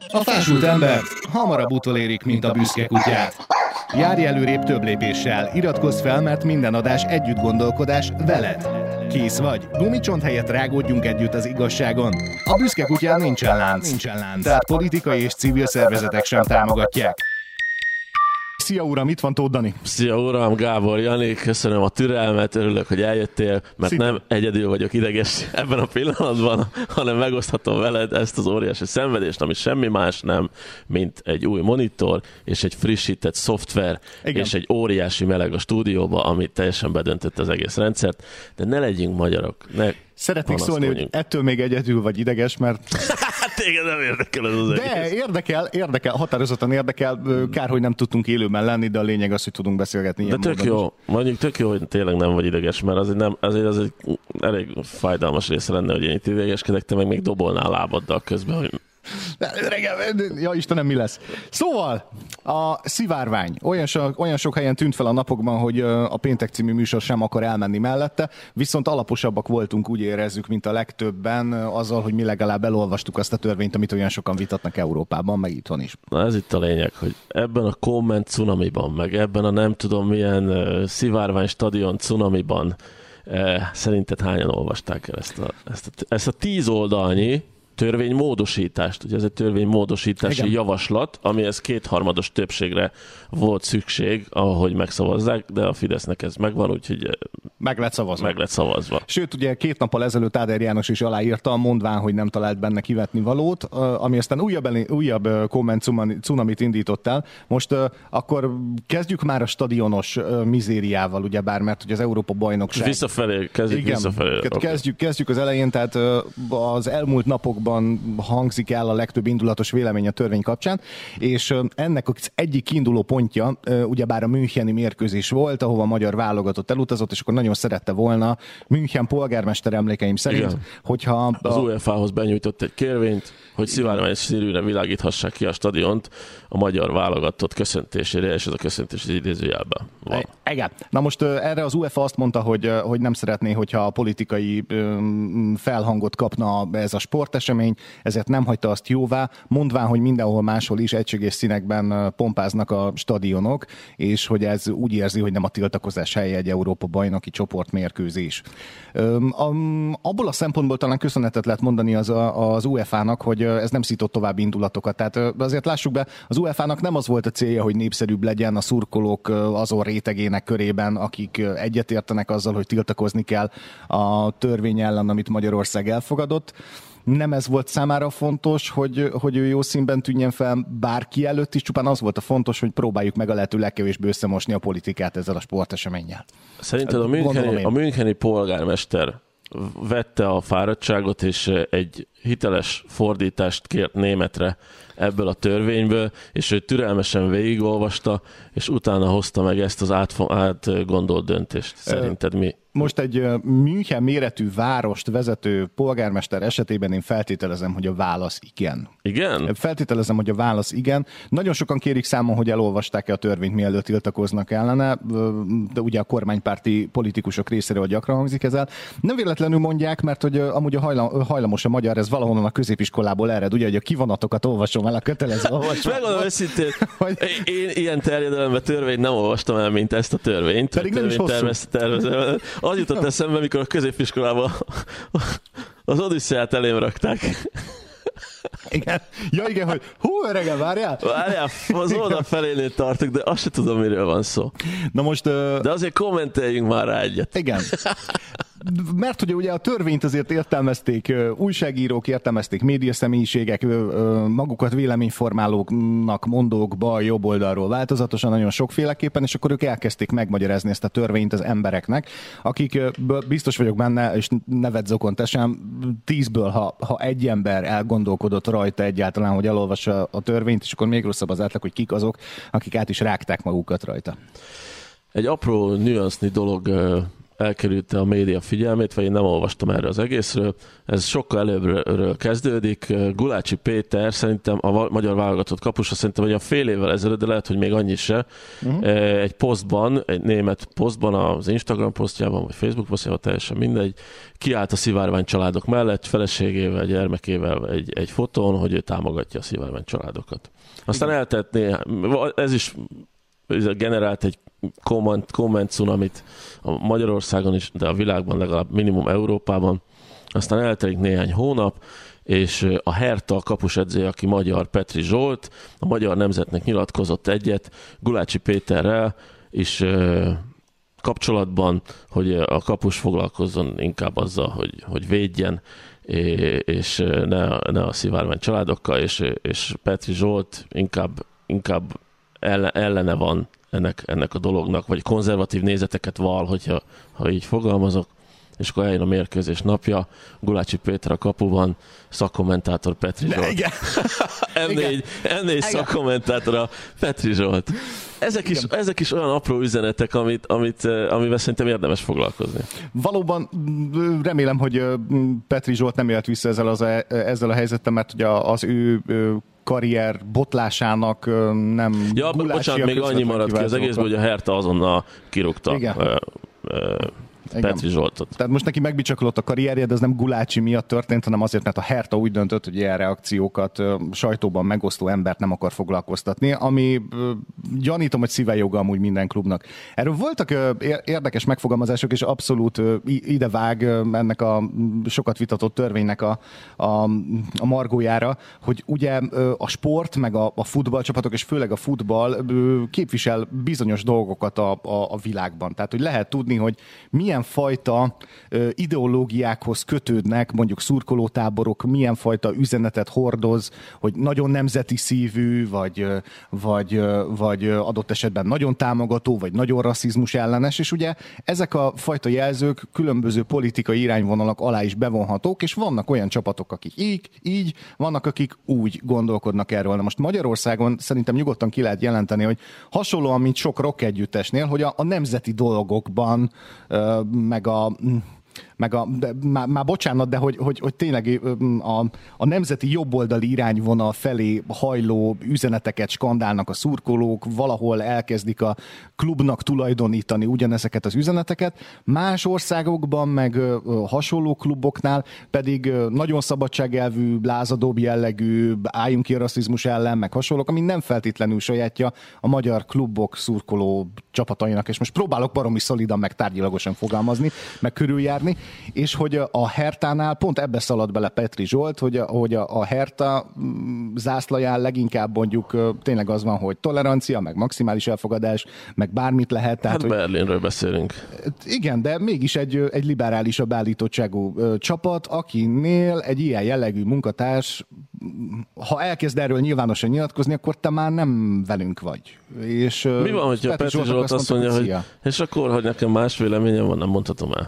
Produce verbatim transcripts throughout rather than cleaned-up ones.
A fásult ember hamarabb utolérik, mint a büszke kutyát. Járj előrébb több lépéssel, iratkozz fel, mert minden adás együtt gondolkodás veled. Kész vagy? Gumicsont helyett rágódjunk együtt az igazságon. A büszke kutyán nincsen lánc, nincsen lánc, tehát politikai és civil szervezetek sem támogatják. Szia uram, itt van Tóth Dani. Szia uram, Gábor Jani, köszönöm a türelmet, örülök, hogy eljöttél, mert Szinte. nem egyedül vagyok ideges ebben a pillanatban, hanem megoszthatom veled ezt az óriási szenvedést, ami semmi más nem, mint egy új monitor, és egy frissített szoftver, Igen. és egy óriási meleg a stúdióba, ami teljesen bedöntött az egész rendszert, de ne legyünk magyarok, ne Szeretnék szólni, hogy ettől még egyedül vagy ideges, mert... Téged nem érdekel ez az egész. De érdekel, érdekel, határozottan érdekel. Kár, hogy nem tudtunk élőben lenni, de a lényeg az, hogy tudunk beszélgetni. De tök jó, mondjuk tök jó, hogy tényleg nem vagy ideges, mert azért, nem, azért az egy elég fájdalmas része lenne, hogy én itt idegeskedek, te meg még dobolnál lábaddal közben, hogy... Ja Istenem, mi lesz? Szóval, a szivárvány olyan, so, olyan sok helyen tűnt fel a napokban, hogy a Péntek című műsor sem akar elmenni mellette, viszont alaposabbak voltunk, úgy érezzük, mint a legtöbben, azzal, hogy mi legalább elolvastuk azt a törvényt, amit olyan sokan vitatnak Európában, meg itthon is. Na ez itt a lényeg, hogy ebben a komment cunamiban, meg ebben a nem tudom milyen uh, szivárvány stadion cunamiban uh, szerinted hányan olvasták el ezt a, ezt a, ezt a tíz oldalnyi törvénymódosítást. Ugye ez egy törvénymódosítási Igen. javaslat, amihez kétharmados többségre volt szükség, ahogy megszavazzák, de a Fidesznek ez megvan, úgyhogy meg lett szavazva. Meg lett szavazva. Sőt, ugye két nappal ezelőtt Áder János is aláírta, mondván, hogy nem talált benne kivetni valót, ami aztán újabb, újabb komment cunamit indított el. Most akkor kezdjük már a stadionos mizériával, ugyebár, mert hogy az Európa bajnokság... Visszafelé, kezdjük Igen, visszafelé. Kezdjük, okay. kezdjük az elején, tehát az elmúlt napok hangzik el a legtöbb indulatos vélemény a törvény kapcsán, és ennek az egyik kiinduló pontja ugyebár a müncheni mérkőzés volt, ahova a magyar válogatott elutazott, és akkor nagyon szerette volna München polgármester emlékeim szerint, Igen. hogyha... A... Az u e fá-hoz benyújtott egy kérvényt, hogy szivárvány színűre világíthassák ki a stadiont a magyar válogatott köszöntésére, és ez a köszöntés idézőjelben van. Igen. Na most erre az u e fá azt mondta, hogy, hogy nem szeretné, hogyha a politikai felhangot kapna ez a sportesemény, ezért nem hagyta azt jóvá, mondván, hogy mindenhol máshol is egységes színekben pompáznak a stadionok, és hogy ez úgy érzi, hogy nem a tiltakozás helye egy Európa bajnoki csoportmérkőzés. Abból a szempontból talán köszönetet lehet mondani az, az u e fá-nak, hogy ez nem szított további indulatokat. Tehát azért lássuk be, az u e fá-nak nem az volt a célja, hogy népszerűbb legyen a szurkolók azon rétegének körében, akik egyetértenek azzal, hogy tiltakozni kell a törvény ellen, amit Magyarország elfogadott. Nem ez volt számára fontos, hogy, hogy ő jó színben tűnjen fel bárki előtt is, csupán az volt a fontos, hogy próbáljuk meg a lehető legkevésbé összemosni a politikát ezzel a sporteseménnyel. Szerinted a müncheni, a müncheni polgármester vette a fáradtságot, és egy hiteles fordítást kért németre ebből a törvényből, és ő türelmesen végigolvasta, és utána hozta meg ezt az átgondolt döntést. Szerinted mi? Most egy München méretű várost vezető polgármester esetében én feltételezem, hogy a válasz igen. Igen? Feltételezem, hogy a válasz igen. Nagyon sokan kérik számon, hogy elolvasták-e a törvényt, mielőtt tiltakoznak ellene, de ugye a kormánypárti politikusok részéről gyakran hangzik ez el. Nem véletlenül mondják, mert hogy amúgy a hajlam, hajlamos a magyar, ez valahonnan a középiskolából ered, ugye, hogy a kivonatokat olvasom el, a kötelező olvasom. Megmondom őszintén, hogy... én ilyen terjedelemben törvényt nem olvastam el, mint ezt a törvényt. Pedig nem is hosszú. Az jutott eszembe, amikor a középiskolában az Odüsszeát elém rakták. Igen. Ja igen, hogy hú, öregem, várjál? Várjál, az oldal felénél tartok, de azt se tudom, miről van szó. Na most... Uh... De azért kommenteljünk már rá egyet. Igen. Mert hogy ugye a törvényt azért értelmezték újságírók, értelmezték médiaszemélységek, magukat véleményformálóknak mondók bal, jobb oldalról változatosan, nagyon sokféleképpen, és akkor ők elkezdték megmagyarázni ezt a törvényt az embereknek, akik biztos vagyok benne, és nevet zokon tesem, tízből, ha, ha egy ember elgondolkodott rajta egyáltalán, hogy elolvassa a törvényt, és akkor még rosszabb az átlag, hogy kik azok, akik át is rágták magukat rajta. Egy apró nüansznyi dolog elkerülte a média figyelmét, vagy én nem olvastam erről az egészről. Ez sokkal előbbről kezdődik. Gulácsi Péter szerintem a magyar válogatott kapusa szerintem, hogy a fél évvel ezelőtt, de lehet, hogy még annyi se, uh-huh. egy posztban, egy német posztban, az Instagram posztjában, vagy Facebook posztjában, teljesen mindegy, kiállt a szivárvány családok mellett, feleségével, gyermekével egy, egy fotón, hogy ő támogatja a szivárvány családokat. Aztán eltelt néhány, ez is generált egy komment, komment cunamit a Magyarországon is, de a világban, legalább minimum Európában. Aztán eltelik néhány hónap, és a Hertha kapusedzője, aki magyar, Petri Zsolt, a Magyar Nemzetnek nyilatkozott egyet Gulácsi Péterrel is kapcsolatban, hogy a kapus foglalkozzon inkább azzal, hogy, hogy védjen, és ne, ne a szivárvány családokkal, és, és Petri Zsolt inkább, inkább ellene van ennek, ennek a dolognak, vagy konzervatív nézeteket val, hogyha ha így fogalmazok, és akkor eljön a mérkőzés napja, Gulácsi Péter a kapuban, szakkommentátor Petri Zsolt. em négy, em négy szakkommentátora Petri Zsolt. Ezek is, ezek is olyan apró üzenetek, amit, amit, amivel szerintem érdemes foglalkozni. Valóban remélem, hogy Petri Zsolt nem élt vissza ezzel, az, ezzel a helyzettel, mert ugye az ő karrier botlásának nem ja, bocsánat, még annyi maradt ki az egészből, hogy a Hertha azonnal kirúgta Petri Zsoltot. Tehát most neki megbicsakolott a karrierje, de ez nem Gulácsi miatt történt, hanem azért, mert a Hertha úgy döntött, hogy ilyen reakciókat sajtóban megosztó embert nem akar foglalkoztatni, ami gyanítom, hogy szíve joga amúgy minden klubnak. Erről voltak érdekes megfogalmazások, és abszolút idevág ennek a sokat vitatott törvénynek a, a, a margójára, hogy ugye a sport, meg a, a futballcsapatok, és főleg a futball képvisel bizonyos dolgokat a, a, a világban. Tehát, hogy lehet tudni, hogy milyen fajta ö, ideológiákhoz kötődnek, mondjuk szurkolótáborok, milyen fajta üzenetet hordoz, hogy nagyon nemzeti szívű, vagy, vagy, vagy adott esetben nagyon támogató, vagy nagyon rasszizmus ellenes, és ugye ezek a fajta jelzők különböző politikai irányvonalak alá is bevonhatók, és vannak olyan csapatok, akik így, így, vannak, akik úgy gondolkodnak erről. Na most Magyarországon szerintem nyugodtan ki lehet jelenteni, hogy hasonlóan, mint sok rock együttesnél, hogy a, a nemzeti dolgokban meg a, meg a de, már, már bocsánat, de hogy, hogy, hogy tényleg a, a nemzeti jobboldali irányvonal felé hajló üzeneteket skandálnak a szurkolók, valahol elkezdik a klubnak tulajdonítani ugyanezeket az üzeneteket. Más országokban, meg hasonló kluboknál pedig nagyon szabadságelvű, lázadóbb jellegű, álljunk ki a rasszizmus ellen, meg hasonlók, ami nem feltétlenül sajátja a magyar klubok szurkoló csapatainak, és most próbálok baromi szolidan, meg tárgyilagosan fogalmazni, meg körüljárni, és hogy a Hertánál pont ebbe szaladt bele Petri Zsolt, hogy a, hogy a, a Hertha zászlaján leginkább mondjuk tényleg az van, hogy tolerancia, meg maximális elfogadás, meg bármit lehet. Tehát, hát Berlinről hogy, beszélünk. Igen, de mégis egy, egy liberálisabb állítottságú ö, csapat, akinél egy ilyen jellegű munkatárs, ha elkezd erről nyilvánosan nyilatkozni, akkor te már nem velünk vagy. És, mi van, hogyha Petri, Petri Zsolt azt mondja, hogy, hogy és akkor, hogy nekem más véleményem van, nem mondhatom el.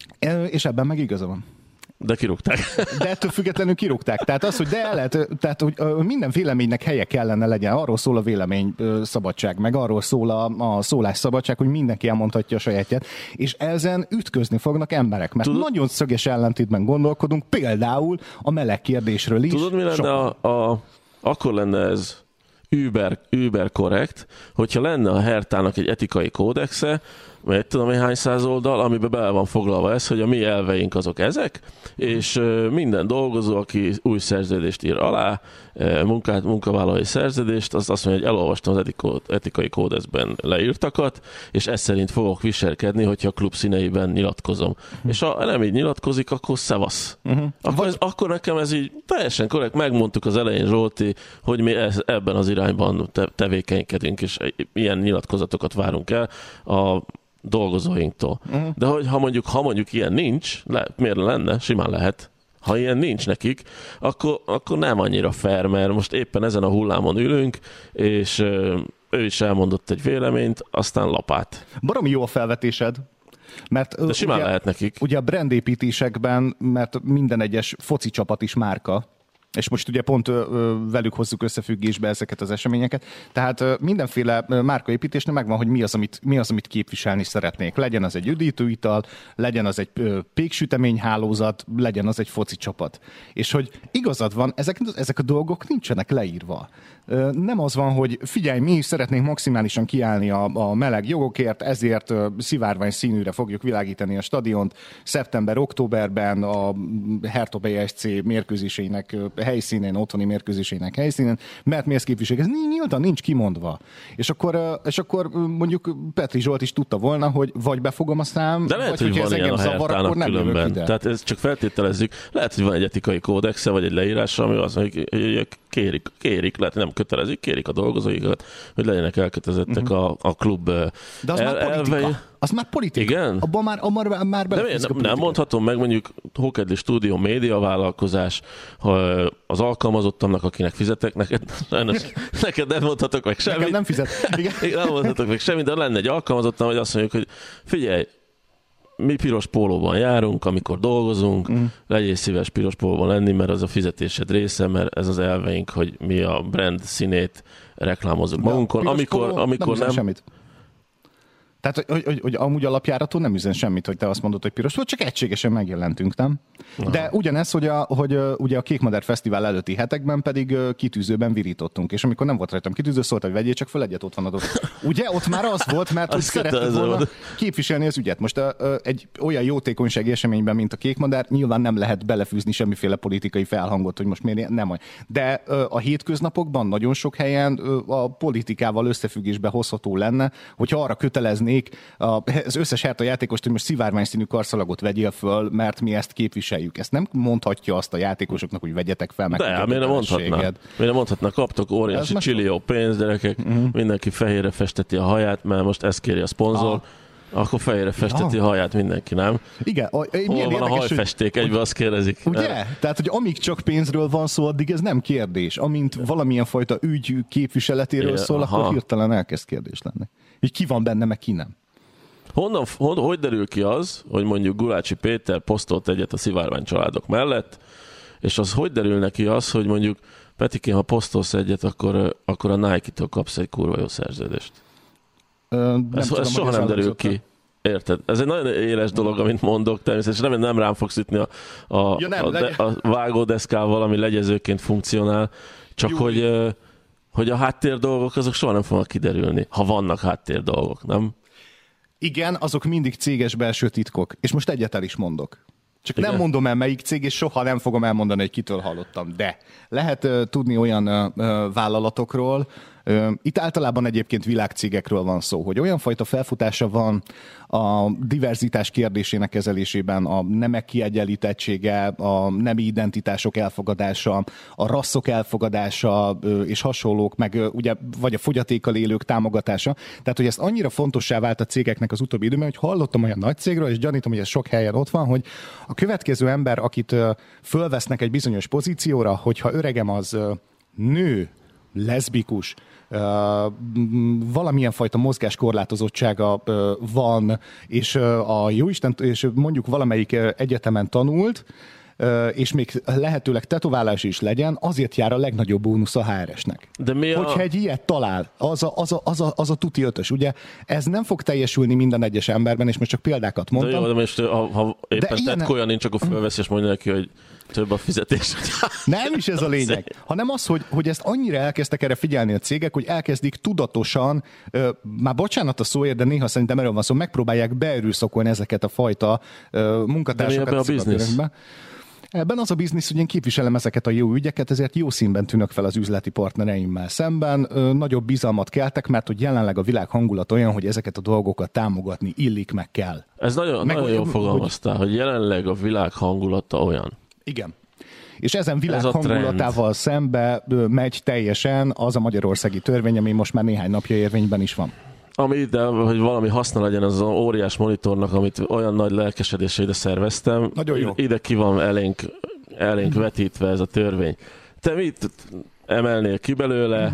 És ebben meg igaza van. De kirúgták. De ettől függetlenül kirúgták. Tehát az, hogy de el lehet, tehát hogy minden véleménynek helye kellene legyen. Arról szól a vélemény szabadság, meg arról szól a, a szólásszabadság, hogy mindenki elmondhatja a sajátját. És ezen ütközni fognak emberek, mert Tudod, nagyon szöges ellentétben gondolkodunk, például a meleg kérdésről is. Tudod, mi lenne a, a, akkor lenne ez über, über korrekt, hogyha lenne a Hertának egy etikai kódexe, mert tudom én hány száz oldal, amiben bele van foglalva ez, hogy a mi elveink azok ezek, és minden dolgozó, aki új szerződést ír alá, munkát, munkavállalói szerződést, az azt mondja, hogy elolvastam az etikai kódexben leírtakat, és ez szerint fogok viselkedni, hogyha a klub színeiben nyilatkozom. Uh-huh. És ha nem így nyilatkozik, akkor szevasz. Uh-huh. Akkor, ez, akkor nekem ez így teljesen korrekt, megmondtuk az elején, Zsolti, hogy mi ez, ebben az irányban te, tevékenykedünk, és ilyen nyilatkozatokat várunk el a dolgozóinktól. Uh-huh. De hogy ha mondjuk, ha mondjuk ilyen nincs, le, miért lenne? Simán lehet. Ha ilyen nincs nekik, akkor, akkor nem annyira fair, mert most éppen ezen a hullámon ülünk, és ő is elmondott egy véleményt, aztán lapát. Baromi jó a felvetésed. Mert de simán ugye, lehet nekik. Ugye a brandépítésekben, mert minden egyes foci csapat is márka, És most ugye pont ö, velük hozzuk összefüggésbe ezeket az eseményeket. Tehát ö, mindenféle márkaépítésnél megvan, hogy mi az, amit, mi az, amit képviselni szeretnék. Legyen az egy üdítőital, legyen az egy ö, péksüteményhálózat, legyen az egy foci csapat. És hogy igazad van, ezek, ezek a dolgok nincsenek leírva. Ö, nem az van, hogy figyelj, mi szeretnénk maximálisan kiállni a, a meleg jogokért, ezért ö, szivárvány színűre fogjuk világítani a stadiont szeptember-októberben a Hertha bé es cé mérkőzéseinek helyszínén, otthoni mérkőzésének helyszínén, mert mi ezt képviseljük. Ez nyíltan nincs kimondva. És akkor, és akkor mondjuk Petri Zsolt is tudta volna, hogy vagy befogom a szám, de lehet, vagy hogy hogyha van ez engem zavar, akkor nem jövök ide. Tehát ezt csak feltételezzük. Lehet, hogy van egy etikai kódexe, vagy egy leírása, ami az, hogy kérik, kérik, lehet, nem kötelezik, kérik a dolgozóikat, hogy legyenek elkötelezettek uh-huh. a, a klub de az el, már politika. elvei. Az már politika. Igen? Abban már, abban már de miért, nem, nem mondhatom meg, mondjuk Hókedli Stúdió média vállalkozás, az alkalmazottamnak, akinek fizetek, neked, neked nem mondhatok meg semmit. Neked nem fizet. Igen. Nem mondhatok meg semmit, de lenne egy alkalmazottam, hogy azt mondjuk, hogy figyelj, mi piros pólóban járunk, amikor dolgozunk, mm. legyél szíves piros pólóban lenni, mert az a fizetésed része, mert ez az elveink, hogy mi a brand színét reklámozunk magunkon. Amikor, amikor nem... Semmit. Tehát, hogy, hogy, hogy amúgy alapjáraton nem üzen semmit, hogy te azt mondod, hogy piros volt, csak egységesen megjelentünk, nem? Aha. De ugyanez, hogy, a, hogy ugye a Kékmadár Fesztivál előtti hetekben pedig kitűzőben virítottunk, és amikor nem volt rajtam kitűző, szólt, hogy vegyél csak fel egyet, ott van adott. Ugye? Ott már az volt, mert úgy szerettük volna képviselni az ügyet. Most a, a, egy olyan jótékonysági eseményben, mint a Kékmadár, nyilván nem lehet belefűzni semmiféle politikai felhangot, hogy most miért nem. De a hétköznapokban nagyon sok helyen a politikával összefüggésbe hozható lenne, hogyha arra kötelezni az összes Hertha játékost, hogy most szivárvány színű karszalagot vegyél föl, mert mi ezt képviseljük. Ezt nem mondhatja azt a játékosoknak, hogy vegyetek fel, meg de, miért nem mondhatná? Miért nem mondhatná? Kaptok óriási csillió pénzt, gyerekek, uh-huh. mindenki fehérre festeti a haját, mert most ezt kéri a szponzor. Ah. Akkor fejére festeti ja. a haját mindenki, nem? Igen. A, Hol van a hajfesték? Hogy, egyben azt kérdezik. Ugye? Tehát, hogy amíg csak pénzről van szó, addig ez nem kérdés. Amint valamilyen fajta ügy képviseletéről Igen, szól, aha. akkor hirtelen elkezd kérdés lenni. Hogy ki van benne, meg ki nem. Honnan, hon, hogy derül ki az, hogy mondjuk Gulácsi Péter posztolt egyet a szivárvány családok mellett, és az hogy derül neki az, hogy mondjuk Petikén, ha posztolsz egyet, akkor, akkor a Nike-től kapsz egy kurva jó szerződést. Ö, ez, tudom, ez soha nem derül ki. Érted? Ez egy nagyon éles dolog, amit mondok, természetesen nem, nem rám fogsz ütni a, a, ja, nem, a, de, a vágódeszkával, ami legyezőként funkcionál, csak hogy, hogy a háttér dolgok azok soha nem fognak kiderülni, ha vannak háttér dolgok, nem? Igen, azok mindig céges belső titkok, és most egyet el is mondok. Csak Igen? nem mondom el melyik cég, és soha nem fogom elmondani, hogy kitől hallottam. De lehet uh, tudni olyan uh, uh, vállalatokról, uh, itt általában egyébként világcégekről van szó, hogy olyan fajta felfutása van a diverzitás kérdésének kezelésében, a nemek kiegyenlítettsége, a nemi identitások elfogadása, a rasszok elfogadása uh, és hasonlók, meg uh, ugye, vagy a fogyatékkal élők támogatása. Tehát, hogy ezt annyira fontossá vált a cégeknek az utóbbi időben, hogy hallottam olyan nagy cégről, és gyanítom, hogy ez sok helyen ott van, hogy a következő ember, akit uh, fölvesznek egy bizonyos pozícióra, hogyha öregem az uh, nő, leszbikus, uh, valamilyen fajta mozgáskorlátozottsága uh, van, és uh, a jóisten, és mondjuk valamelyik uh, egyetemen tanult, uh, és még lehetőleg tetoválás is legyen, azért jár a legnagyobb bónusz a há er esnek. De mi a... Hogyha egy ilyet talál, az a, az, a, az, a, az a tuti ötös. Ugye ez nem fog teljesülni minden egyes emberben, és most csak példákat mondtam. De jó, de most ha, ha éppen tetkója ilyen... nincs, akkor fölvesz, és mondja neki, hogy több a fizetés. Nem is ez a lényeg, hanem az, hogy, hogy ezt annyira elkezdtek erre figyelni a cégek, hogy elkezdik tudatosan, ö, már bocsánat a szóért, de néha szerintem erről van szó, megpróbálják beerőszakolni ezeket a fajta ö, munkatársakat. De mi ebben a biznisz? Ebben az a biznisz, hogy én képviselem ezeket a jó ügyeket, ezért jó színben tűnök fel az üzleti partnereimmel szemben. Ö, nagyobb bizalmat keltek, mert hogy jelenleg a világ hangulat olyan, hogy ezeket a dolgokat támogatni illik, meg kell. Ez nagyon, meg, nagyon jól fogalmaztál, hogy... hogy jelenleg a világ hangulata olyan. Igen. És ezen világ Ez hangulatával szembe megy teljesen az a magyarországi törvény, ami most már néhány napja érvényben is van. Ami, de hogy valami haszna legyen az óriás monitornak, amit olyan nagy lelkesedéssel ide szerveztem. Nagyon jó. Ide ki van elénk, elénk vetítve ez a törvény. Te mit emelnél ki belőle?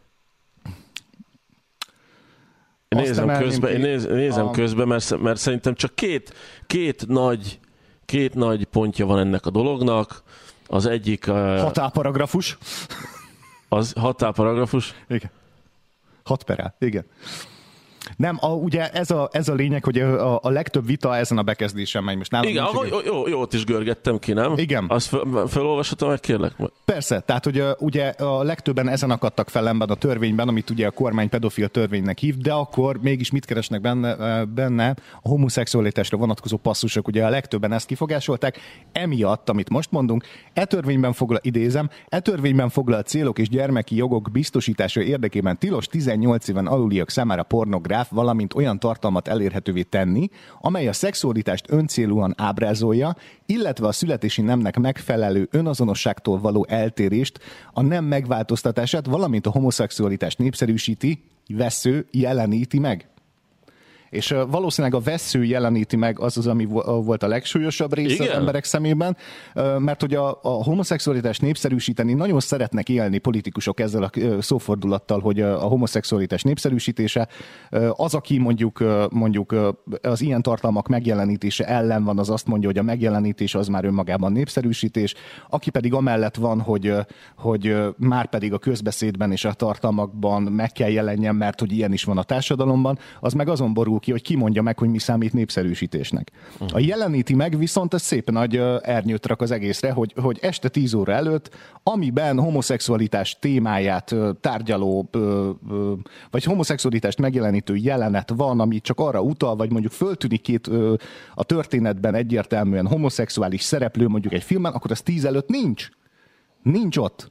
Én nézem közben, én néz, nézem a... közben mert, mert szerintem csak két, két nagy két nagy pontja van ennek a dolognak. Az egyik... Határparagrafus. Az határparagrafus? Igen. Hat perel, igen. Nem, a, ugye ez a, ez a lényeg, hogy a, a legtöbb vita ezen a bekezdésen megy. Most nálam igen, ahogy, jó, jó, jót is görgettem ki, nem? Igen. Azt fel, felolvashatom meg, kérlek? Persze, tehát hogy ugye a legtöbben ezen akadtak fel ebben a törvényben, amit ugye a kormány pedofil törvénynek hív, de akkor mégis mit keresnek benne, benne a homoszexualitásra vonatkozó passzusok, ugye a legtöbben ezt kifogásolták, emiatt, amit most mondunk, e törvényben foglal, idézem, e törvényben foglalt célok és gyermeki jogok biztosítása érdekében tilos tizennyolc éven aluliak számára pornográf, valamint olyan tartalmat elérhetővé tenni, amely a szexualitást öncélúan ábrázolja, illetve a születési nemnek megfelelő önazonosságtól való eltérést, a nem megváltoztatását, valamint a homoszexualitást népszerűsíti, vessző, jeleníti meg. És valószínűleg a vessző jeleníti meg az az, ami volt a legsúlyosabb része Igen. az emberek szemében, mert hogy a, a homoszexualitást népszerűsíteni nagyon szeretnek élni politikusok ezzel a szófordulattal, hogy a homoszexualitás népszerűsítése. Az, aki mondjuk, mondjuk az ilyen tartalmak megjelenítése ellen van, az azt mondja, hogy a megjelenítés az már önmagában népszerűsítés. Aki pedig amellett van, hogy, hogy már pedig a közbeszédben és a tartalmakban meg kell jelenjen, mert hogy ilyen is van a társadalomban, az meg azon borul ki, hogy ki mondja meg, hogy mi számít népszerűsítésnek. A jeleníti meg viszont ez szépen nagy ernyőt rak az egészre, hogy, hogy este tíz óra előtt, amiben homoszexualitás témáját tárgyaló, vagy homoszexualitást megjelenítő jelenet van, ami csak arra utal, vagy mondjuk föltűnik két a történetben egyértelműen homoszexuális szereplő mondjuk egy filmben, akkor az tíz előtt nincs. Nincs ott.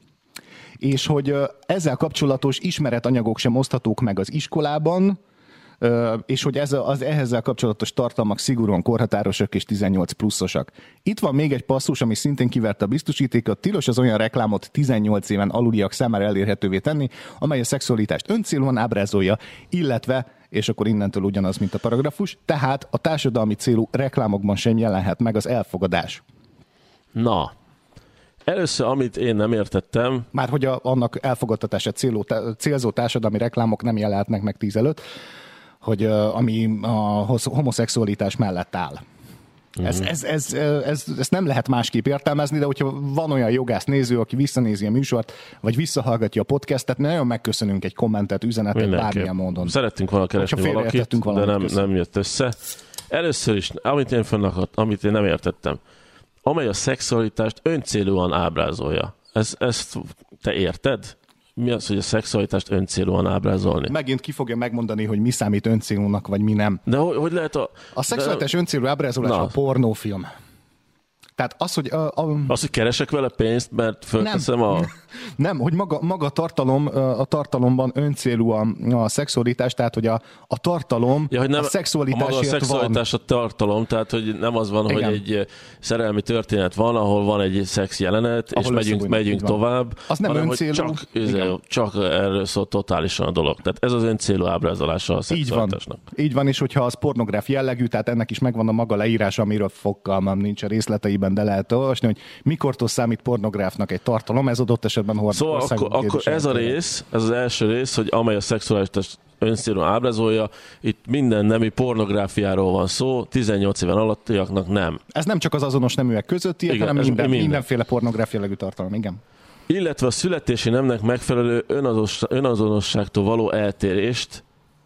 És hogy ezzel kapcsolatos ismeretanyagok sem oszthatók meg az iskolában, és hogy ez az ehhezzel kapcsolatos tartalmak szigorúan korhatárosak és tizennyolc pluszosak. Itt van még egy passzus, ami szintén kiverte a biztosítékot, tilos az olyan reklámot tizennyolc éven aluliak számára elérhetővé tenni, amely a szexualitást öncélúan ábrázolja, illetve, és akkor innentől ugyanaz, mint a paragrafus, tehát a társadalmi célú reklámokban sem jelenhet meg az elfogadás. Na, először, amit én nem értettem... Már hogy a, annak elfogadtatását céló, célzó társadalmi reklámok nem jelenhetnek meg tíz előtt, hogy uh, ami a homoszexualitás mellett áll. Mm-hmm. Ez, ez, ez, ez, ezt nem lehet másképp értelmezni, de hogyha van olyan jogász néző, aki visszanézi a műsort, vagy visszahallgatja a podcastet, nagyon megköszönünk egy kommentet, üzenetet, Mindenképp. Bármilyen módon. Szerettünk volna keresni valakit, de nem, nem jött össze. Először is, amit én fönnakadt, amit én nem értettem, amely a szexualitást öncélúan ábrázolja. Ez, ezt te érted? Mi az, hogy a szexualitást öncélúan ábrázolni? Megint ki fogja megmondani, hogy mi számít öncélúnak, vagy mi nem. De hogy, hogy lehet a... A szexualitás de... öncélú ábrázolás Na. a pornófilm. Tehát az, hogy... A, a... Az, hogy keresek vele pénzt, mert fölteszem a... Nem, hogy maga, maga a tartalom, a tartalomban öncélú a, a szexualitás, tehát hogy a, a tartalom ja, hogy nem, a szexualitásért van. A maga a szexualitás van. A tartalom, tehát hogy nem az van, Igen. hogy egy szerelmi történet van, ahol van egy szex jelenet, ahol és megyünk, megyünk tovább. Az nem hanem, öncélú. Csak, izé, csak erről szól totálisan a dolog. Tehát ez az öncélú ábrázolása a szexualitásnak. Így van. Így van, és hogyha az pornográf jellegű, tehát ennek is megvan a maga leírása, amiről fogalmam nincs a részleteiben, de lehet olvasni, hogy mikortól számít pornográfnak egy tartalom, ez adott esetben Szóval akkor, akkor ez a rész, ez az első rész, hogy amely a szexuális öncélúan ábrázolja, itt minden nemi pornográfiáról van szó, tizennyolc éven alattiaknak nem. Ez nem csak az azonos neműek közötti, igen, hanem minden, minden. mindenféle pornográfia jellegű tartalom, igen. Illetve a születési nemnek megfelelő önazonosságtól való eltérést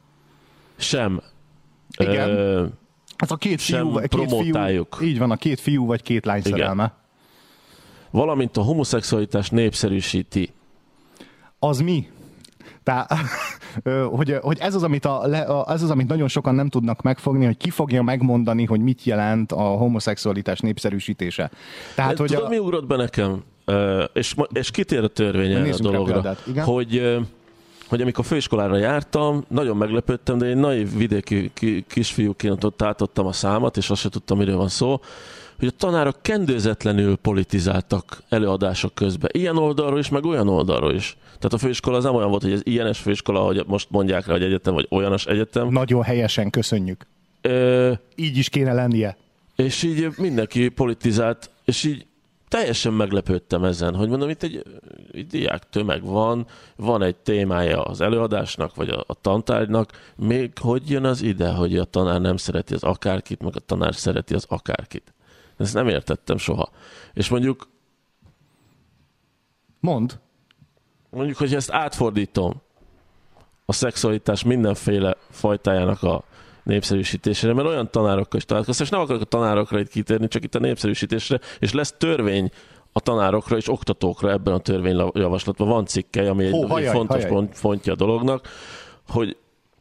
sem igen. Ö, hát a két fiú, vagy két fiú, így van, a két fiú vagy két lány igen. szerelme. Valamint a homoszexualitás népszerűsíti. Az mi? Tehát, hogy, hogy ez, az, amit a, ez az, amit nagyon sokan nem tudnak megfogni, hogy ki fogja megmondani, hogy mit jelent a homoszexualitás népszerűsítése. Tehát, hogy tudod, a... mi ugrott be nekem? És, és kitér a törvény erre a dologra, hogy, hogy amikor főiskolára jártam, nagyon meglepődtem, de én naiv vidéki kisfiúként ott átadtam a számat, és azt sem tudtam, miről van szó, hogy a tanárok kendőzetlenül politizáltak előadások közben. Ilyen oldalról is, meg olyan oldalról is. Tehát a főiskola az nem olyan volt, hogy ez ilyenes főiskola, hogy most mondják rá, hogy egyetem, vagy olyanos egyetem. Nagyon helyesen, köszönjük. Ö... Így is kéne lennie. És így mindenki politizált, és így teljesen meglepődtem ezen, hogy mondom, itt egy, egy diák tömeg van, van egy témája az előadásnak, vagy a, a tantárgynak, még hogy jön az ide, hogy a tanár nem szereti az akárkit, meg a tanár szereti az akárkit. Ezt nem értettem soha. És mondjuk Mondd. Mondjuk, hogy ezt átfordítom a szexualitás mindenféle fajtájának a népszerűsítésére, mert olyan tanárokkal is találkoztam, és nem akarok a tanárokra itt kitérni, csak itt a népszerűsítésre, és lesz törvény a tanárokra és oktatókra ebben a törvényjavaslatban. Van cikkely, ami egy, Hó, hajaj, egy fontos hajaj. pontja a dolognak, hogy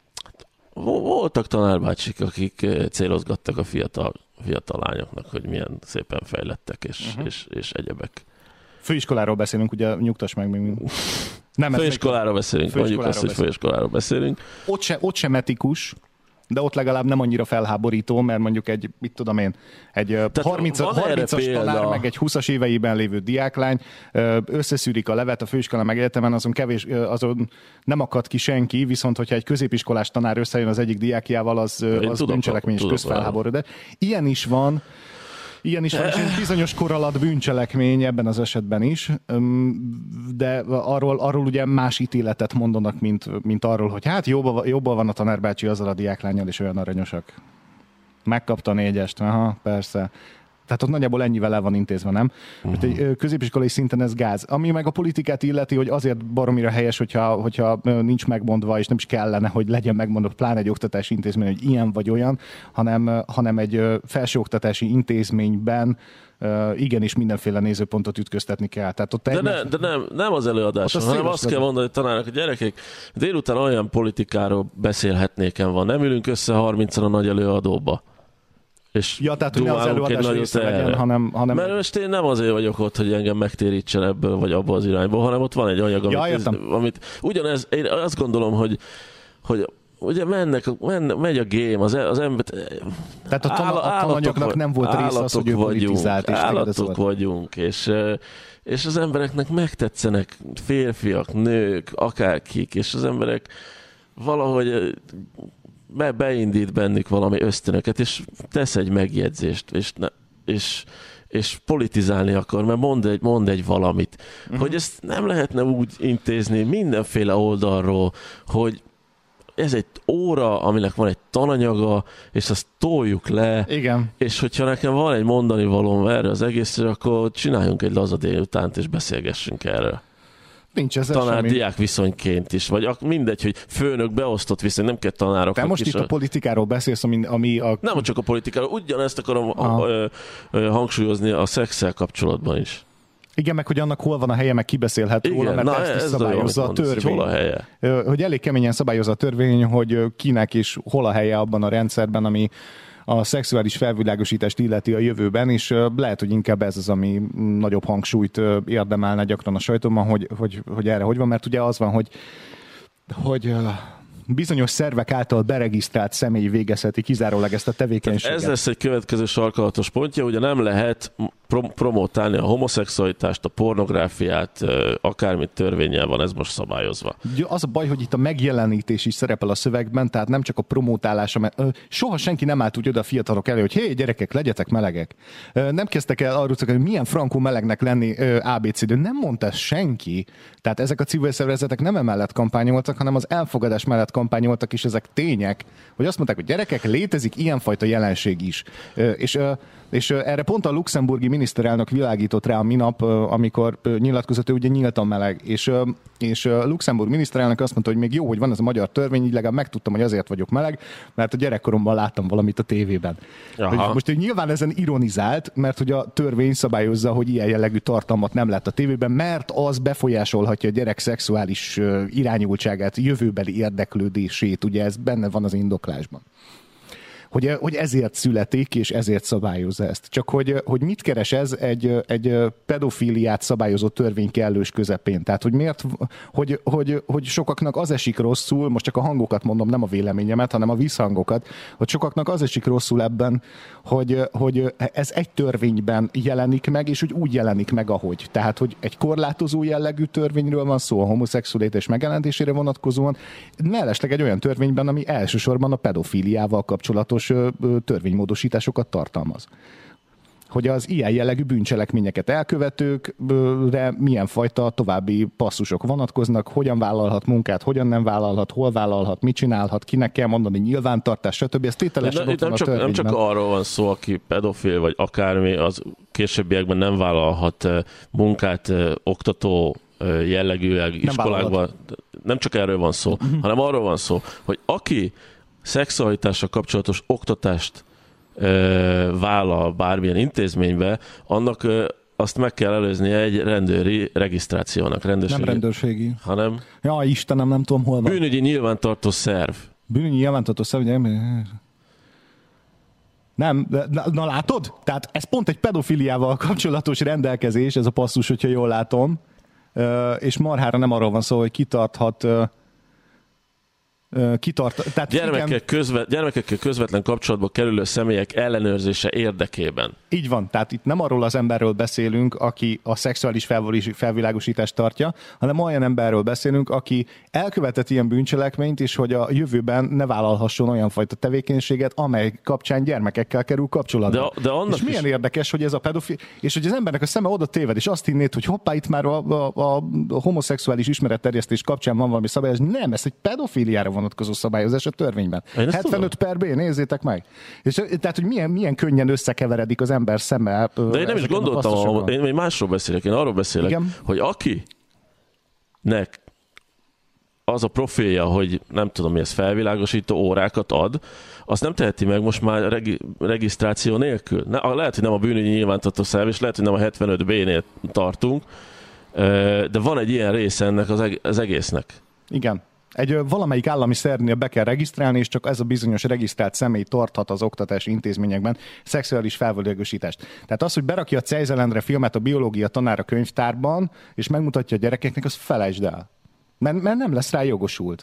voltak tanárbácsik, akik célozgattak a fiatal, fiatal lányoknak, hogy milyen szépen fejlettek, és, uh-huh. és, és egyebek. Főiskoláról beszélünk, ugye nyugtass meg még. Nem, főiskoláról beszélünk, mondjuk azt, hogy főiskoláról beszélünk. Ott, se, ott sem etikus, de ott legalább nem annyira felháborító, mert mondjuk egy, mit tudom én, egy harmincas tanár, meg egy húszas éveiben lévő diáklány összeszűrik a levet a főiskolán meg egyetemen, azon kevés, azon nem akad ki senki, viszont hogyha egy középiskolás tanár összejön az egyik diákjával, az, az bűncselekmény és közfelháború. De ilyen is van, Ilyen is van, és egy bizonyos kor alatt bűncselekmény ebben az esetben is, de arról, arról ugye más ítéletet mondanak, mint, mint arról, hogy hát jobban, jobban van a tanárbácsi azzal a diáklánnyal, és olyan aranyosak. Megkapta a négyest, aha, persze. Tehát ott nagyjából ennyivel el van intézve, nem? Uh-huh. Egy középiskolai szinten ez gáz. Ami meg a politikát illeti, hogy azért baromira helyes, hogyha, hogyha nincs megmondva, és nem is kellene, hogy legyen megmondva, pláne egy oktatási intézmény, hogy ilyen vagy olyan, hanem, hanem egy felsőoktatási intézményben igenis mindenféle nézőpontot ütköztetni kell. Tehát ott de, ne, de nem, nem az előadáson, hanem azt kell mondani, hogy tanárnak, hogy gyerekek, délután olyan politikáról beszélhetnéken van. Nem ülünk össze harmincan a nagy előadóba. És ja, tehát, hogy ne az előadás része legyen, hanem, hanem... Mert most én nem azért vagyok ott, hogy engem megtérítsen ebből, vagy abból az irányból, hanem ott van egy anyag, amit... Ja, ez, amit ugyanez, én azt gondolom, hogy, hogy ugye mennek, menne, megy a game, az, az ember... Tehát a, tan- a tananyagnak nem volt része az, hogy ő politizált. És állatok vagyunk, és, és az embereknek megtetszenek férfiak, nők, akárkik, és az emberek valahogy... Be, beindít bennük valami ösztönöket, és tesz egy megjegyzést, és, ne, és, és politizálni akar, mert mond egy, mond egy valamit. Uh-huh. Hogy ezt nem lehetne úgy intézni mindenféle oldalról, hogy ez egy óra, aminek van egy tananyaga, és azt toljuk le, igen. És hogyha nekem van egy mondani valóm erre az egészre, akkor csináljunk egy laza délutánt, és beszélgessünk erről. Nincs ez tanár-diák viszonyként is, vagy mindegy, hogy főnök beosztott viszony, nem kell tanárokat. Te most itt a politikáról beszélsz, ami, ami a... Nem csak a politikáról, ugyanezt akarom a, a, a, hangsúlyozni a szexszel kapcsolatban is. Igen, meg hogy annak hol van a helye, meg kibeszélhet róla, mert na, ezt is ez szabályozza a törvény. Hol a helye? Hogy elég keményen szabályozza a törvény, hogy kinek is hol a helye abban a rendszerben, ami a szexuális felvilágosítást illeti a jövőben, és lehet, hogy inkább ez az, ami nagyobb hangsúlyt érdemelne gyakran a sajtóban, hogy, hogy, hogy erre hogy van, mert ugye az van, hogy, hogy bizonyos szervek által beregisztrált személy végezheti kizárólag ezt a tevékenységet. Ez lesz egy következő sarkalatos pontja, ugye nem lehet prom- promotálni a homoszexualitást, a pornográfiát, akármit törvénnyel van ez most szabályozva. Az a baj, hogy itt a megjelenítés is szerepel a szövegben, tehát nem csak a promotálása, mert soha senki nem állt úgy oda a fiatalok elő, hogy hé, gyerekek, legyetek melegek. Nem kezdtek el arról, hogy milyen frankó melegnek lenni á bé cé, de nem mondta ezt senki. Tehát ezek a civil szervezetek nem emellett kampányoltak, hanem az elfogadás mellett kampányoltak, és ezek tények, hogy azt mondták, hogy gyerekek, létezik ilyenfajta jelenség is. És, és erre pont a luxemburgi miniszterelnök világított rá a minap, amikor nyilatkozott, ő ugye nyíltan meleg, és, és Luxemburg miniszterelnök azt mondta, hogy még jó, hogy van ez a magyar törvény, így legalább megtudtam, hogy azért vagyok meleg, mert a gyerekkoromban láttam valamit a tévében. Most ő nyilván ezen ironizált, mert hogy a törvény szabályozza, hogy ilyen jellegű tartalmat nem lát a tévében, mert az befolyásolhatja a gyerek szexuális irányultságát, jövőbeli érdeklődését, ugye ez benne van az indoklásban. Hogy, hogy ezért születik, és ezért szabályozza ezt. Csak hogy, hogy mit keres ez egy, egy pedofíliát szabályozó törvény kellős közepén? Tehát, hogy miért, hogy, hogy, hogy sokaknak az esik rosszul, most csak a hangokat mondom, nem a véleményemet, hanem a visszhangokat, hogy sokaknak az esik rosszul ebben, hogy, hogy ez egy törvényben jelenik meg, és hogy úgy jelenik meg, ahogy. Tehát, hogy egy korlátozó jellegű törvényről van szó a homoszexualitás megjelentésére vonatkozóan, mellesleg egy olyan törvényben, ami elsősorban a pedofíliával kapcsolatos törvénymódosításokat tartalmaz. Hogy az ilyen jellegű bűncselekményeket elkövetőkre milyen fajta további passzusok vonatkoznak, hogyan vállalhat munkát, hogyan nem vállalhat, hol vállalhat, mit csinálhat, kinek kell mondani nyilvántartás, stb. Ez tételesen de, ott van nem, a csak, nem csak arról van szó, aki pedofil vagy akármi, az későbbiekben nem vállalhat munkát oktató jellegűleg iskolákban, vállalhat. Nem csak erről van szó, uh-huh. hanem arról van szó, hogy aki szexualitással kapcsolatos oktatást ö, vállal bármilyen intézménybe, annak ö, azt meg kell előznie egy rendőri regisztrációnak. Nem rendőrségi. Hanem ja, Istenem, nem tudom, hol van. Bűnügyi nyilvántartó szerv. Bűnügyi nyilvántartó szerv, ugye? Nem, na, na látod? Tehát ez pont egy pedofiliával kapcsolatos rendelkezés, ez a passzus, hogyha jól látom, és marhára nem arról van szó, hogy kitarthat kitart. Tehát Gyermekek közve, gyermekekkel közvetlen kapcsolatba kerülő személyek ellenőrzése érdekében. Így van, tehát itt nem arról az emberről beszélünk, aki a szexuális felvilágosítást tartja, hanem olyan emberről beszélünk, aki elkövetett ilyen bűncselekményt, és hogy a jövőben ne vállalhasson olyan fajta tevékenységet, amely kapcsán gyermekekkel kerül kapcsolatba. De, de annak és milyen is... érdekes, hogy ez a pedofil, és hogy az embernek a szeme oda téved, és azt hinnéd, hogy hoppá, itt már a, a, a homoszexuális ismeretterjesztés kapcsán van valami szabály, nem, ez egy pedofiliára vonatkozó szabályozás a törvényben. hetvenöt per B, nézzétek meg. És tehát, hogy milyen, milyen könnyen összekeveredik az ember szeme. De én nem is gondoltam, én még másról beszélek, én arról beszélek, igen? Hogy akinek az a profilja, hogy nem tudom mi ez, felvilágosító órákat ad, azt nem teheti meg most már regi- regisztráció nélkül. Ne, lehet, hogy nem a bűnügyi nyilvántartó szerv, és lehet, hogy nem a hetvenöt B-nél tartunk, de van egy ilyen része ennek az, eg- az egésznek. Igen. Egy valamelyik állami szervnél be kell regisztrálni, és csak ez a bizonyos regisztrált személy tarthat az oktatási intézményekben szexuális felvilágosítást. Tehát az, hogy berakja a Cejzelendre filmet a biológia tanár a könyvtárban, és megmutatja a gyerekeknek, azt felejtsd el. Mert, mert nem lesz rá jogosult.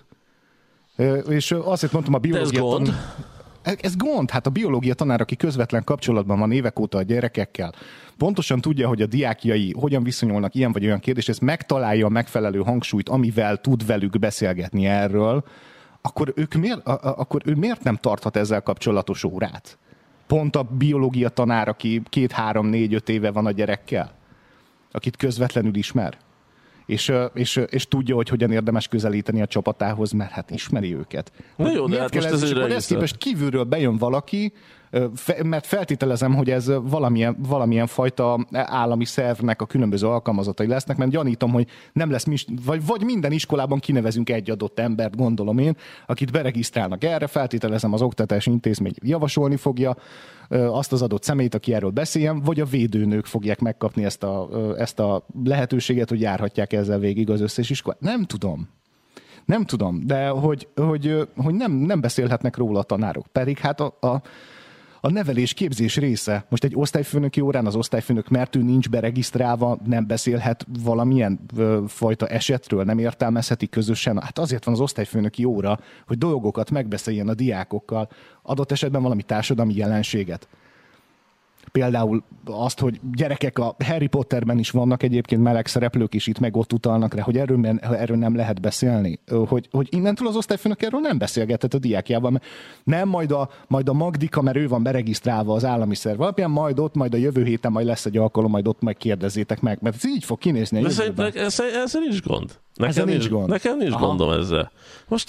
És azért mondtam a biológia tanár... Ez gond? Ez gond. Hát a biológia tanár, aki közvetlen kapcsolatban van évek óta a gyerekekkel, pontosan tudja, hogy a diákjai hogyan viszonyulnak ilyen vagy olyan kérdéshez, megtalálja a megfelelő hangsúlyt, amivel tud velük beszélgetni erről, akkor, ők miért, a, akkor ő miért nem tarthat ezzel kapcsolatos órát? Pont a biológia tanár, aki két, három, négy, öt éve van a gyerekkel, akit közvetlenül ismer. És, és, és tudja, hogy hogyan érdemes közelíteni a csapatához, mert hát ismeri őket. Na jó, de hát most ez, ez, és akkor ezt képest kívülről bejön valaki, mert feltételezem, hogy ez valamilyen, valamilyen fajta állami szervnek a különböző alkalmazatai lesznek, mert gyanítom, hogy nem lesz, vagy, vagy minden iskolában kinevezünk egy adott embert, gondolom én, akit beregisztrálnak erre, feltételezem az oktatási intézmény javasolni fogja azt az adott személyt, aki erről beszéljen, vagy a védőnők fogják megkapni ezt a, ezt a lehetőséget, hogy járhatják ezzel végig az összes iskolát. Nem tudom. Nem tudom, de hogy, hogy, hogy nem, nem beszélhetnek róla a tanárok. Pedig hát a, a A nevelés képzés része. Most egy osztályfőnöki órán az osztályfőnök, mert ő nincs beregisztrálva, nem beszélhet valamilyen ö, fajta esetről, nem értelmezheti közösen. Hát azért van az osztályfőnöki óra, hogy dolgokat megbeszéljen a diákokkal, adott esetben valami társadalmi jelenséget. Például azt, hogy gyerekek a Harry Potterben is vannak egyébként meleg szereplők, és itt meg ott utalnak rá, hogy erről, erről nem lehet beszélni. Hogy, hogy innentől az osztályfőnök erről nem beszélgetett a diákjával. Mert nem majd a, majd a Magdika, mert ő van beregisztrálva az állami szerv alapján, majd ott, majd a jövő héten majd lesz egy alkalom, majd ott majd kérdezzétek meg. Mert ez így fog kinézni. De szerintem ezzel, ezzel nincs gond. Nekem ezzel nincs, nincs gond. Nekem nincs Aha. gondom ezzel. Most...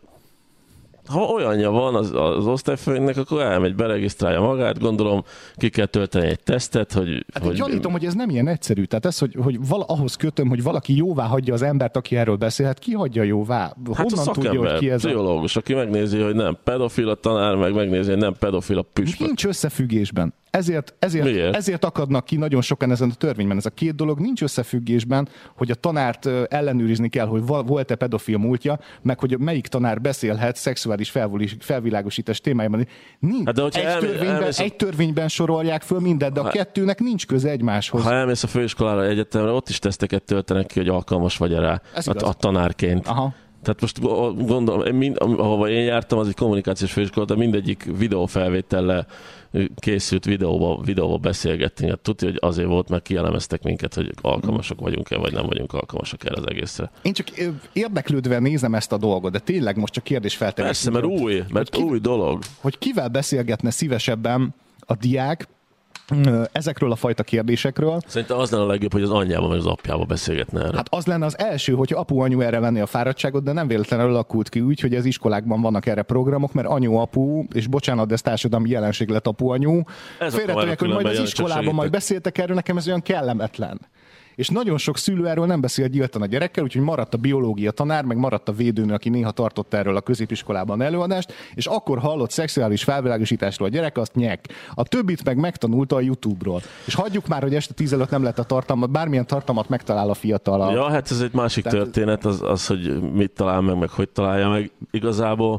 Ha olyanja van az, az osztályfőnöknek, akkor elmegy, beregisztrálja magát, gondolom ki kell tölteni egy tesztet, hogy... Hát hogy... gyanítom, hogy ez nem ilyen egyszerű. Tehát ez, hogy, hogy vala, ahhoz kötöm, hogy valaki jóvá hagyja az embert, aki erről beszél, hát ki hagyja jóvá? Honnan hát a szakember, tudja, hogy ki ez pszichológus, a... aki megnézi, hogy nem pedofil a tanár, meg megnézi, hogy nem pedofil a püspök. Nincs összefüggésben. Ezért, ezért, ezért akadnak ki nagyon sokan ezen a törvényben. Ez a két dolog nincs összefüggésben, hogy a tanárt ellenőrizni kell, hogy volt-e pedofil múltja, meg hogy melyik tanár beszélhet szexuális felvilágosítás témájában. Nincs. Hát egy, elmész, törvényben, elmész a... egy törvényben sorolják föl mindent, de a ha... kettőnek nincs köze egymáshoz. Ha elmész a főiskolára, egyetemre, ott is teszteket töltenek ki, hogy alkalmas vagy rá a, a tanárként. Aha. Tehát most gondolom, mind, ahova én jártam, az egy kommunikációs főiskola, de mindegyik videófelvétellel készült videóba, videóba beszélgettünk. Hát tudja, hogy azért volt, mert kielemeztek minket, hogy alkalmasak vagyunk-e, vagy nem vagyunk alkalmasak erre az egészre. Én csak érdeklődve nézem ezt a dolgot, de tényleg most csak kérdésfeltevés. Persze, mert új, mert ki, új dolog. Hogy kivel beszélgetne szívesebben a diák ezekről a fajta kérdésekről. Szerintem az lenne a legjobb, hogy az anyjával vagy az apjával beszélgetne erre. Hát az lenne az első, hogy apu-anyu erre venné a fáradtságot, de nem véletlenül alakult ki úgy, hogy az iskolákban vannak erre programok, mert anyu-apu, és bocsánat, de ez társadalmi jelenség lett apu-anyu. Félretolják, hogy majd az iskolában majd beszéltek erről, nekem ez olyan kellemetlen. és nagyon sok szülő erről nem beszél gyiltan a gyerekkel, úgyhogy maradt a biológia tanár, meg maradt a védőnő, aki néha tartott erről a középiskolában előadást, és akkor hallott szexuális felvilágosításról a gyerek, azt nyek. A többit meg megtanulta a YouTube-ról. És hagyjuk már, hogy este tíz előtt nem lett a tartalmat, bármilyen tartalmat megtalál a fiatal. A... Ja, hát ez egy másik Tehát... történet, az, az, hogy mit talál meg, meg hogy találja meg. Igazából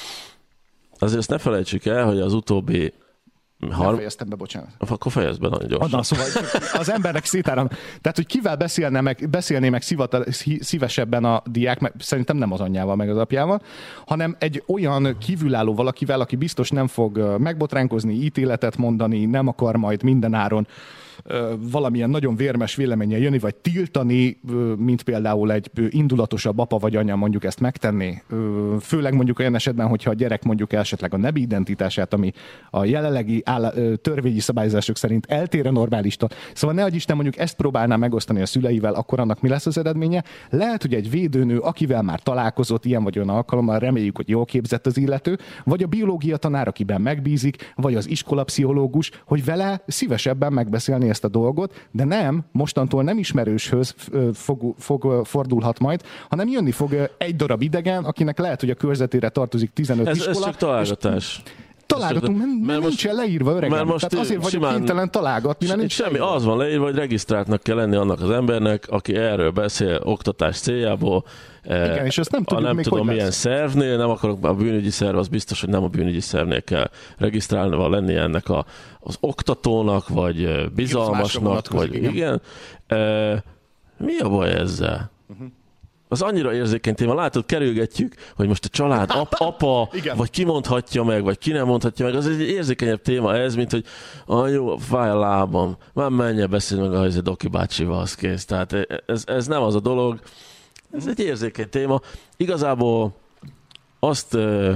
azért ezt ne felejtsük el, hogy az utóbbi Har... Nem fejeztem be, bocsánat. Akkor fejezd be nagyon gyorsan. Adna, szóval az embernek szétáram. Tehát, hogy kivel beszélne meg, beszélné meg szivata, szívesebben a diák, mert szerintem nem az anyjával, meg az apjával, hanem egy olyan kívülálló valakivel, aki biztos nem fog megbotránkozni, ítéletet mondani, nem akar majd mindenáron valamilyen nagyon vérmes véleménnyel jönni, vagy tiltani, mint például egy indulatosabb apa vagy anya mondjuk ezt megtenni. Főleg mondjuk olyan esetben, hogyha a gyerek mondjuk esetleg a nemi identitását, ami a jelenlegi áll- törvényi szabályozások szerint eltér a normálistól. Szóval ne adj Isten, mondjuk ezt próbálná megosztani a szüleivel, akkor annak mi lesz az eredménye? Lehet, hogy egy védőnő, akivel már találkozott ilyen vagy olyan alkalommal, reméljük, hogy jól képzett az illető, vagy a biológia tanár, akiben megbízik, vagy az iskolapszichológus, hogy vele szívesebben megbeszélni ezt a dolgot, de nem, mostantól nem ismerőshöz fog, fog, fordulhat majd, hanem jönni fog egy darab idegen, akinek lehet, hogy a körzetére tartozik tizenöt ez, iskola. Ez csak találgatás. Találgatunk, mert, mert nincsen leírva, öregem. Mert most tehát azért vagyok kénytelen találgatni, mert nincs semmi, az van leírva, hogy regisztráltnak kell lenni annak az embernek, aki erről beszél oktatás céljából. Igen, és ezt nem tudjuk nem még, tudom hogy milyen lesz. Szervnél, nem akarok, a bűnügyi szerv, az biztos, hogy nem a bűnügyi szervnél kell regisztrálni, lenni ennek a, az oktatónak, vagy bizalmasnak, vagy igen. igen. E, mi a baj ezzel? Uh-huh. Az annyira érzékeny téma. Látod, kerülgetjük, hogy most a család, ap, apa, vagy ki mondhatja meg, vagy ki nem mondhatja meg. Az egy érzékenyebb téma ez, mint hogy ah, jó, fáj a lábam, már menj el beszélni meg a Doki bácsival, az kész. Tehát ez, ez nem az a dolog. Ez egy érzékeny téma. Igazából azt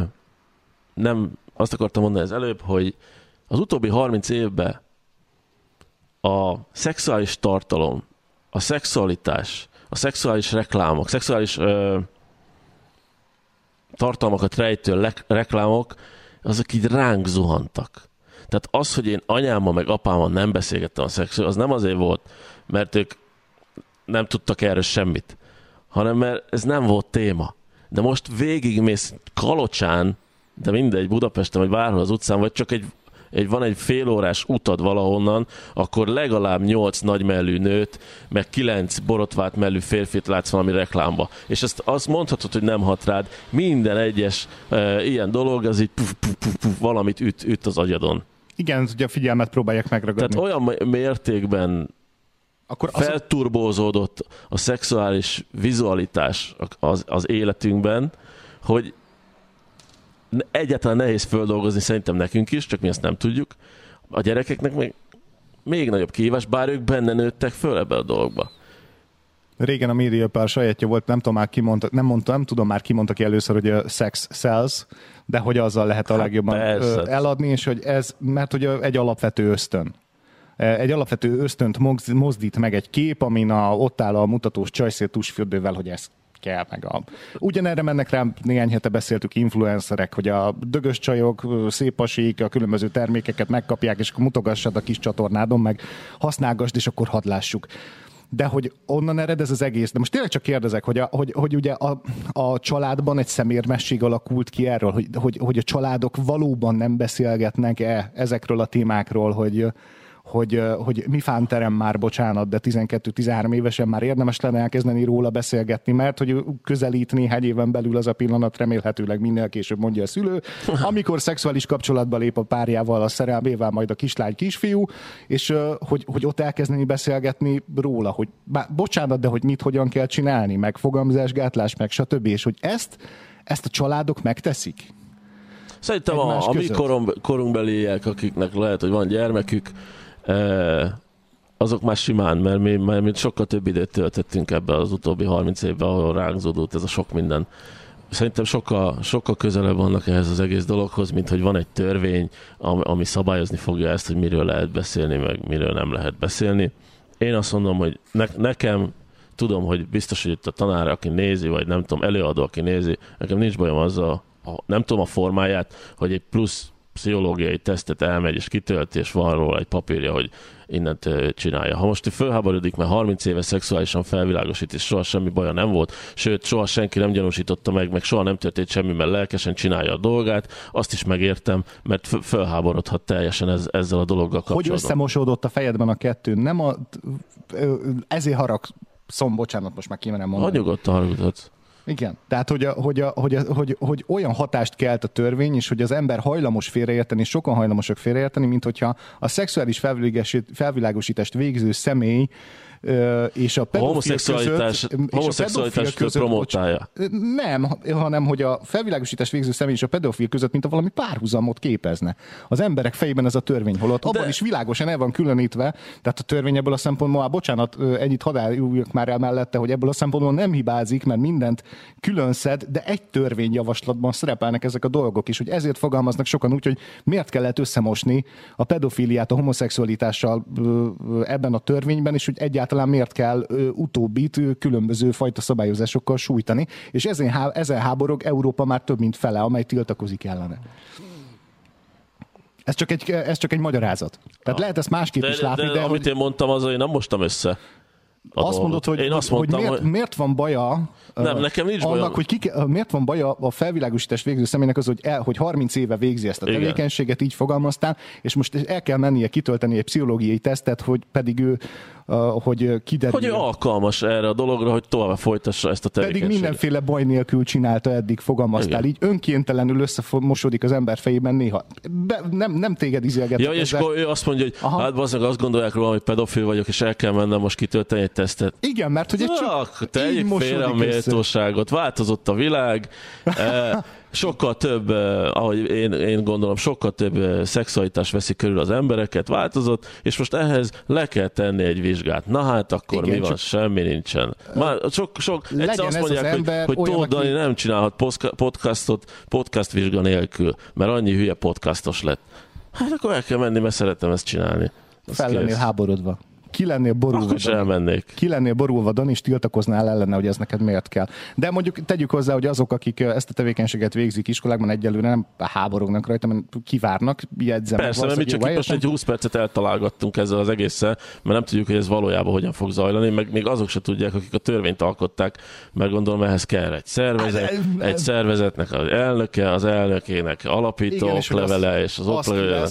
nem, azt akartam mondani az előbb, hogy az utóbbi harminc évben a szexuális tartalom, a szexualitás, a szexuális reklámok, szexuális ö, tartalmakat rejtő le- reklámok, azok így ránk zuhantak. Tehát az, hogy én anyámmal meg apámmal nem beszélgettem a szexről, az nem azért volt, mert ők nem tudtak erről semmit, hanem mert ez nem volt téma. De most végigmész Kalocsán, de mindegy, Budapesten, vagy bárhol az utcán, vagy csak egy Egy, van egy félórás utad valahonnan, akkor legalább nyolc nagymellű nőt, meg kilenc borotvált mellű férfit látsz valami reklámba. És ezt azt mondhatod, hogy nem hat rád. Minden egyes e, ilyen dolog, az így puf, puf, puf, puf, valamit üt, üt az agyadon. Igen, ugye a figyelmet próbálják megragadni. Tehát olyan mértékben akkor az... felturbózódott a szexuális vizualitás az, az életünkben, hogy egyáltalán nehéz földolgozni, szerintem nekünk is, csak mi ezt nem tudjuk. A gyerekeknek még, még nagyobb kihívás, bár ők benne nőttek föl ebbe a dologba. Régen a médiapár sajátja volt, nem tudom már ki mondta, nem, mondta, nem tudom már ki mondta ki először, hogy a sex sells, de hogy azzal lehet a legjobban hát eladni, és hogy ez, mert hogy egy alapvető ösztön. Egy alapvető ösztönt mozdít meg egy kép, amin a, ott áll a mutatós csajszél tusfürdővel, hogy ez kell, meg a... Ugyanerre mennek rám, néhány hete beszéltük influencerek, hogy a dögös csajok, szép pasik, a különböző termékeket megkapják, és akkor mutogassad a kis csatornádon, meg használgasd, és akkor hadd lássuk. De hogy onnan ered ez az egész. De most tényleg csak kérdezek, hogy, a, hogy, hogy ugye a, a családban egy szemérmesség alakult ki erről, hogy, hogy, hogy a családok valóban nem beszélgetnek-e ezekről a témákról, hogy Hogy, hogy mi fánterem már, bocsánat, de tizenkettő-tizenhárom évesen már érdemes lenne elkezdeni róla beszélgetni, mert hogy közelít néhány éven belül az a pillanat, remélhetőleg minél később, mondja a szülő, amikor szexuális kapcsolatba lép a párjával, a szerelmével, majd a kislány, kisfiú, és hogy, hogy ott elkezdeni beszélgetni róla, hogy bár, bocsánat, de hogy mit, hogyan kell csinálni, meg fogamzásgátlás, meg stb. És hogy ezt, ezt a családok megteszik? Szerintem a, a mi korum, korunkbeliek, akiknek lehet, hogy van gyermekük, azok már simán, mert mi, mert mi sokkal több időt töltöttünk ebbe az utóbbi harminc évben, ahol ránk ez a sok minden. Szerintem sokkal, sokkal közelebb vannak ehhez az egész dologhoz, mint hogy van egy törvény, ami, ami szabályozni fogja ezt, hogy miről lehet beszélni, meg miről nem lehet beszélni. Én azt mondom, hogy ne, nekem tudom, hogy biztos, hogy itt a tanár, aki nézi, vagy nem tudom, előadó, aki nézi, nekem nincs bajom azzal, a, nem tudom a formáját, hogy egy plusz pszichológiai tesztet elmegy és kitölti, és van róla egy papírja, hogy innent csinálja. Ha most fölháborodik, mert harminc éve szexuálisan felvilágosít, és soha semmi baja nem volt, sőt, soha senki nem gyanúsította meg, meg soha nem történt semmi, mert lelkesen csinálja a dolgát, azt is megértem, mert fölháborodhat teljesen ez, ezzel a dologgal kapcsolatban. Hogy összemosódott a fejedben a kettő? Nem a... Ezért haragszom, bocsánat, most már kimenem mondani. Ha nyugodtan haragudhatsz. Igen, tehát hogy, a, hogy, a, hogy, a, hogy, hogy olyan hatást kelt a törvény, és hogy az ember hajlamos félreérteni, és sokan hajlamosak félreérteni, mint hogyha a szexuális felvilágosítást végző személy és a pedofil között... Homoszexualitást promotálja. Nem, hanem hogy a felvilágosítást végző személy és a pedofil között, mint a valami párhuzamot képezne. Az emberek fejében ez a törvény, holott abban De... is világosan el van különítve, tehát a törvény ebből a szempontból, á, bocsánat, ennyit hadd álljunk már el mellette, hogy ebből a szempontból nem hibázik, mert mindent külön szed, de egy törvényjavaslatban szerepelnek ezek a dolgok is, hogy ezért fogalmaznak sokan úgy, hogy miért kellett összemosni a pedofiliát a homoszexualitással ebben a törvényben, és hogy egyáltalán miért kell ö, utóbbit ö, különböző fajta szabályozásokkal sújtani, és ezen, há, ezen háborog Európa már több mint fele, amely tiltakozik ellene. Ez csak egy, ez csak egy magyarázat. Tehát ja. lehet ezt másképp de, is látni. De, de amit hogy... én mondtam, az, én nem mostam össze. Azt mondod, hogy, én azt hogy mondtam, miért, hogy... miért van baja nem, nekem nincs annak, bajom. hogy ki, miért van baja a felvilágosítás végző személynek az, hogy, el, hogy harminc éve végzi ezt a tevékenységet, így fogalmaztál, és most el kell mennie kitölteni egy pszichológiai tesztet, hogy pedig ő Uh, hogy kiderül. Hogy ő alkalmas erre a dologra, hogy tovább folytassa ezt a tevékenységet. Pedig mindenféle baj nélkül csinálta eddig, fogalmaztál. Igen. Így önkéntelenül összemosodik az ember fejében néha. Be, nem, nem téged izélgetek. Ja, és akkor ő azt mondja, hogy Aha. hát bazdmeg azt gondolják róla, hogy pedofil vagyok, és el kell mennem most kitölteni egy tesztet. Igen, mert hogy egy csak tegyük félre a méltóságot. Változott a világ. Sokkal több, ahogy én, én gondolom, sokkal több szexualitás veszi körül az embereket, változott, és most ehhez le kell tenni egy vizsgát. Na hát akkor igen, mi van? Semmi nincsen. Már sok, sok, egyszer azt mondják, hogy, hogy Tóth Dani aki... nem csinálhat podcastot podcast vizsga nélkül, mert annyi hülye podcastos lett. Hát akkor el kell menni, mert szeretem ezt csinálni. Fel lennél háborodva. Ki lennél borulva, Akkor elmennék. Ki lennél borulva, Dani, és tiltakoznál ellene, hogy ez neked miért kell. De mondjuk tegyük hozzá, hogy azok, akik ezt a tevékenységet végzik iskolákban, egyelőre nem háborognak rajta, mert kivárnak, jegyzem. Persze, mert mi csak itt most egy húsz percet eltalálgattunk ezzel az egésszel, mert nem tudjuk, hogy ez valójában hogyan fog zajlani, meg még azok se tudják, akik a törvényt alkották, meg gondolom, ehhez kell egy szervezet, egy szervezetnek az elnöke, az elnökének alapító igen, oklevele, és az oklevele.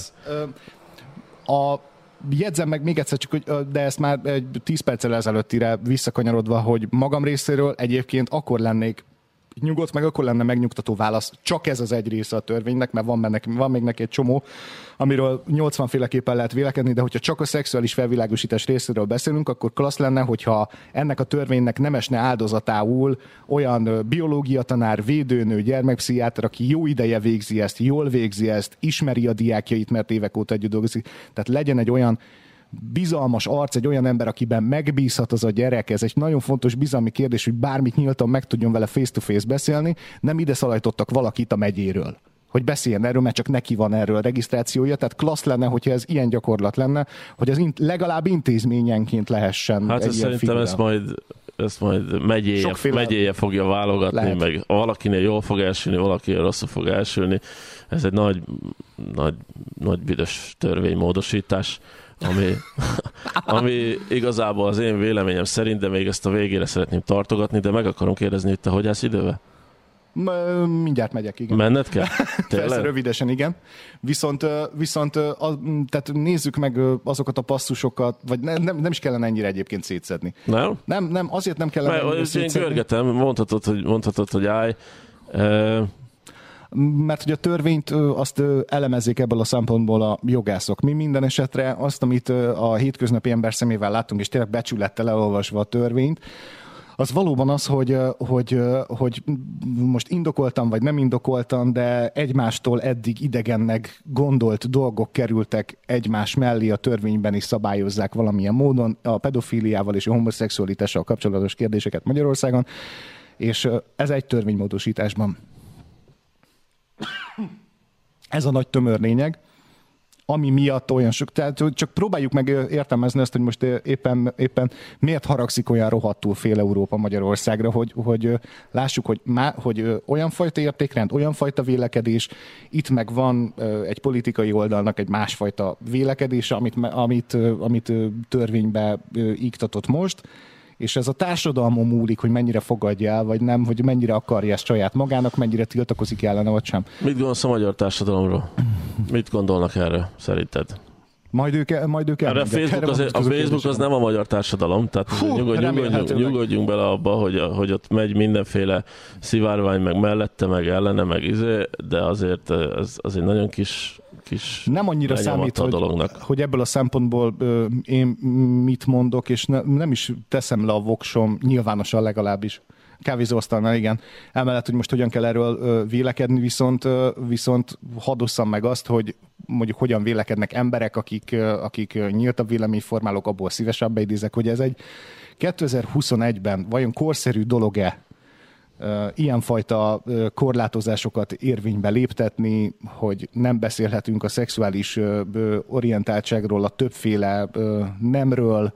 A Jegyzem meg még egyszer, csak, hogy, de ezt már egy tíz perccel ezelőttire visszakanyarodva, hogy magam részéről egyébként akkor lennék nyugodt, meg akkor lenne megnyugtató válasz. Csak ez az egy része a törvénynek, mert van, benne, van még neki egy csomó, amiről nyolcvan féleképpen lehet vélekedni, de hogyha csak a szexuális felvilágosítás részéről beszélünk, akkor klassz lenne, hogyha ennek a törvénynek nem esne áldozatául olyan biológiatanár, védőnő, gyermekpszichiáter, aki jó ideje végzi ezt, jól végzi ezt, ismeri a diákjait, mert évek óta együtt dolgozik. Tehát legyen egy olyan bizalmas arc, egy olyan ember, akiben megbízhat az a gyerek. Ez egy nagyon fontos bizalmi kérdés, hogy bármit nyíltan meg tudjon vele face-to-face beszélni. Nem ide szalajtottak valakit a megyéről, hogy beszéljen erről, mert csak neki van erről a regisztrációja. Tehát klassz lenne, hogyha ez ilyen gyakorlat lenne, hogy az int- legalább intézményenként lehessen hát egy ilyen szerintem figura. ezt majd, ezt majd megyéje, Sokféle... megyéje fogja válogatni, lehet. Meg valakinél jól fog elsülni, valakinél rosszul fog elsülni. Ez egy nagy, nagy, nagy büdös törvénymódosítás, ami, ami igazából az én véleményem szerint, de még ezt a végére szeretném tartogatni, de meg akarom kérdezni, hogy te hogy állsz idővel? Mindjárt megyek, igen. Menned kell? Persze, rövidesen, igen. Viszont, viszont a, tehát nézzük meg azokat a passzusokat, vagy ne, nem, nem is kellene ennyire egyébként szétszedni. Nem? Nem, nem azért nem kellene ennyire Mert, szétszedni. Én görgetem, mondhatod, hogy, mondhatod, hogy állj. E... Mert hogy a törvényt azt elemezzék ebből a szempontból a jogászok. Mi minden esetre azt, amit a hétköznapi ember szemével láttunk, és tényleg becsülettel elolvasva a törvényt, az valóban az, hogy, hogy, hogy most indokoltam, vagy nem indokoltam, de egymástól eddig idegennek gondolt dolgok kerültek egymás mellé, a törvényben is szabályozzák valamilyen módon a pedofíliával és a homoszexualitással kapcsolatos kérdéseket Magyarországon, és ez egy törvénymódosításban. Ez a nagy tömör lényeg. ami miatt olyan sok, tehát csak próbáljuk meg értelmezni azt, hogy most éppen, éppen miért haragszik olyan rohadtul fél Európa Magyarországra, hogy, hogy lássuk, hogy, má, hogy olyan fajta értékrend, olyan fajta vélekedés, itt meg van egy politikai oldalnak egy másfajta vélekedése, amit, amit, amit törvénybe iktatott most, és ez a társadalmon múlik, hogy mennyire fogadja el, vagy nem, hogy mennyire akarja ezt saját magának, mennyire tiltakozik ellene, vagy sem. Mit gondolsz a magyar társadalomról? Mit gondolnak erről, szerinted? Majd ők, majd ők erre a Facebook, az, a Facebook az nem a magyar társadalom, tehát Hú, nyugodjunk, nyugodjunk, nyugodjunk bele abba, hogy, hogy ott megy mindenféle szivárvány, meg mellette, meg ellene, meg izé, de azért ez az egy nagyon kis, kis nem annyira számít, hogy, hogy ebből a szempontból ö, én mit mondok, és ne, nem is teszem le a voksom, nyilvánosan legalábbis. Kávézóasztalnál, igen. Emellett, hogy most hogyan kell erről ö, vélekedni, viszont, ö, viszont hadosszam meg azt, hogy mondjuk hogyan vélekednek emberek, akik, ö, akik ö, nyíltabb véleményformálók, abból szívesebben beidézek, hogy ez egy kétezer-huszonegyben vajon korszerű dolog-e ö, ilyenfajta ö, korlátozásokat érvénybe léptetni, hogy nem beszélhetünk a szexuális ö, ö, orientáltságról, a többféle ö, nemről,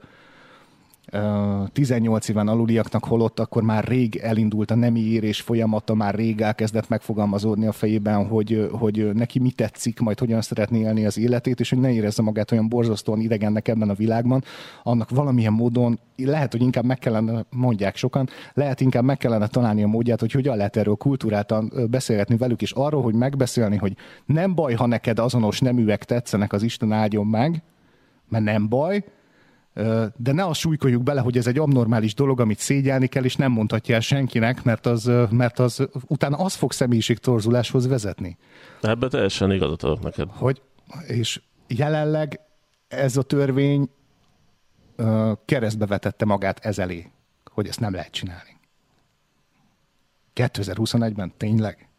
tizennyolc éven aluliaknak, holott akkor már rég elindult a nemi érés folyamata, már rég elkezdett megfogalmazódni a fejében, hogy, hogy neki mi tetszik, majd hogyan szeretné élni az életét, és hogy ne érezze magát olyan borzasztóan idegennek ebben a világban, annak valamilyen módon, lehet, hogy inkább meg kellene, mondják sokan, lehet inkább meg kellene találni a módját, hogy hogyan lehet erről kultúráltan beszélgetni velük, és arról, hogy megbeszélni, hogy nem baj, ha neked azonos neműek tetszenek, az Isten áldjon meg, mert nem baj, de ne azt súlykoljuk bele, hogy ez egy abnormális dolog, amit szégyelni kell, és nem mondhatja el senkinek, mert az, mert az utána az fog személyiségtorzuláshoz vezetni. Ebben teljesen igazat adok neked. Hogy, és jelenleg ez a törvény keresztbe vetette magát ez elé, hogy ezt nem lehet csinálni. kétezer-huszonegyben tényleg?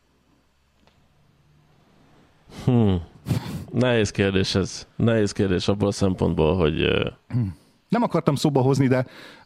Hmm. Nehéz kérdés ez. Nehéz kérdés abból a szempontból, hogy... Hmm. Nem akartam szóba hozni, de,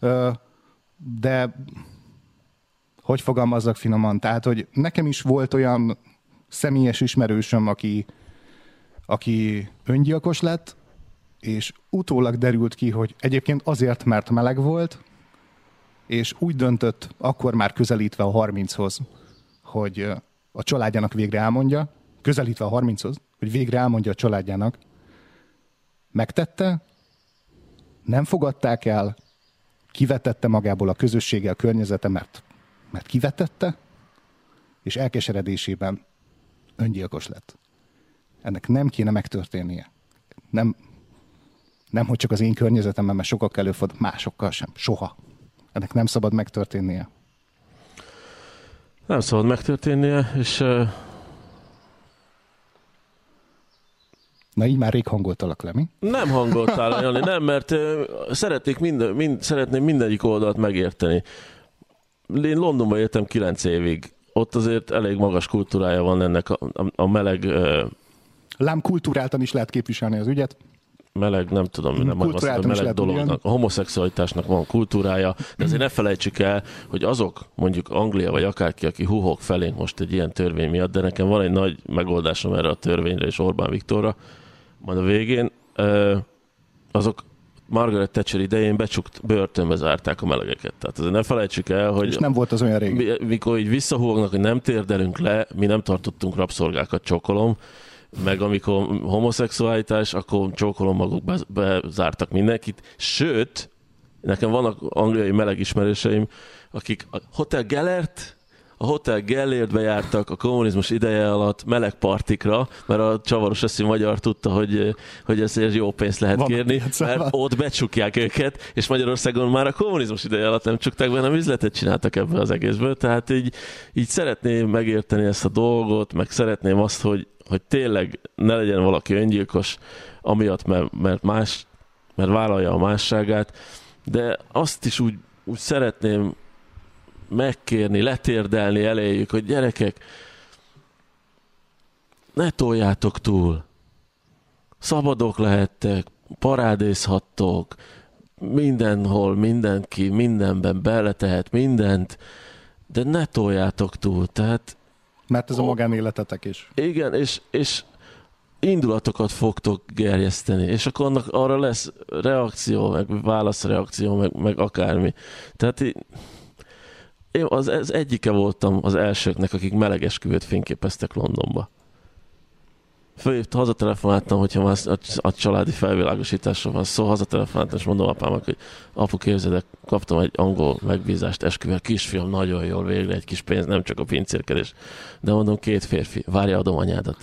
de hogy fogalmazzak finoman? Tehát, hogy nekem is volt olyan személyes ismerősöm, aki, aki öngyilkos lett, és utólag derült ki, hogy egyébként azért, mert meleg volt, és úgy döntött, akkor már közelítve a harminchoz, hogy a családjának végre elmondja, közelítve a harminchoz, hogy végre elmondja a családjának, megtette, nem fogadták el, kivetette magából a közössége, a környezete, mert, mert kivetette, és elkeseredésében öngyilkos lett. Ennek nem kéne megtörténnie. Nem, nem hogy csak az én környezetemben, mert sokak előfordul, másokkal sem. Soha. Ennek nem szabad megtörténnie. Nem szabad megtörténnie, és... Uh... Na így már rég hangoltalak le, mi? Nem hangoltál, Jani, nem, mert uh, szeretnék mind, mind, szeretném mindegyik oldalt megérteni. Én Londonban éltem kilenc évig. Ott azért elég magas kultúrája van ennek a, a, a meleg... Uh, Lám kulturáltan is lehet képviselni az ügyet. Meleg, nem tudom, nem azt a meleg dolognak. A homoszexualitásnak van kultúrája, de azért ne felejtsük el, hogy azok, mondjuk Anglia vagy akárki, aki huhog felénk most egy ilyen törvény miatt, de nekem van egy nagy megoldásom erre a törvényre és Orbán Viktorra, majd a végén, azok Margaret Thatcher idején becsukt, börtönbe zárták a melegeket. Tehát azért ne felejtsük el, hogy... És nem volt az olyan régen. Mikor így visszahúgnak, hogy nem térdelünk le, mi nem tartottunk rabszolgákat, csókolom, meg amikor homoszexualitás, akkor csókolom maguk bezártak mindenkit. Sőt, nekem vannak angliai meleg ismerőseim, akik a Hotel Gellert, a Hotel Gellértbe jártak a kommunizmus ideje alatt meleg partikra, mert a csavaros eszű magyar tudta, hogy, hogy ezért jó pénzt lehet van, kérni, mert ott becsukják őket, és Magyarországon már a kommunizmus ideje alatt nem csukták be, hanem üzletet csináltak ebből az egészből. Tehát így, így szeretném megérteni ezt a dolgot, meg szeretném azt, hogy hogy tényleg ne legyen valaki öngyilkos, amiatt, mert, mert, más, mert vállalja a másságát, de azt is úgy, úgy szeretném megkérni, letérdelni eléjük, hogy gyerekek, ne toljátok túl. Szabadok lehettek, parádézhattok, mindenhol, mindenki, mindenben beletehet mindent, de ne toljátok túl, tehát mert ez a magánéletetek is. Igen, és, és indulatokat fogtok gerjeszteni, és akkor annak arra lesz reakció, meg válaszreakció, meg, meg akármi. Tehát én az, az egyike voltam az elsőknek, akik melegesküvőt fényképeztek Londonba. Fölhívt, hazatelefonáltam, hogyha már a, a családi felvilágosításról van szó, hazatelefonáltam, és mondom apámnak, hogy apu, képzeld, kaptam egy angol megbízást esküvőre, kisfiam, nagyon jól, végre egy kis pénz, nem csak a pincérkedés. De mondom, két férfi, várja, adom anyádat.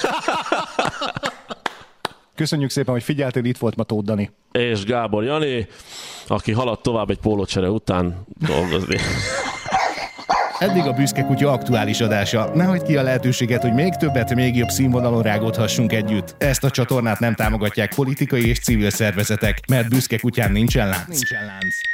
Köszönjük szépen, hogy figyeltél, itt volt ma Tóth Dani. És Gábor Jani, aki haladt tovább egy pólócsere után dolgozni. Eddig a Büszke Kutya aktuális adása. Ne hagyd ki a lehetőséget, hogy még többet, még jobb színvonalon rágódhassunk együtt. Ezt a csatornát nem támogatják politikai és civil szervezetek, mert Büszke Kutyán nincsen lánc. Nincsen lánc.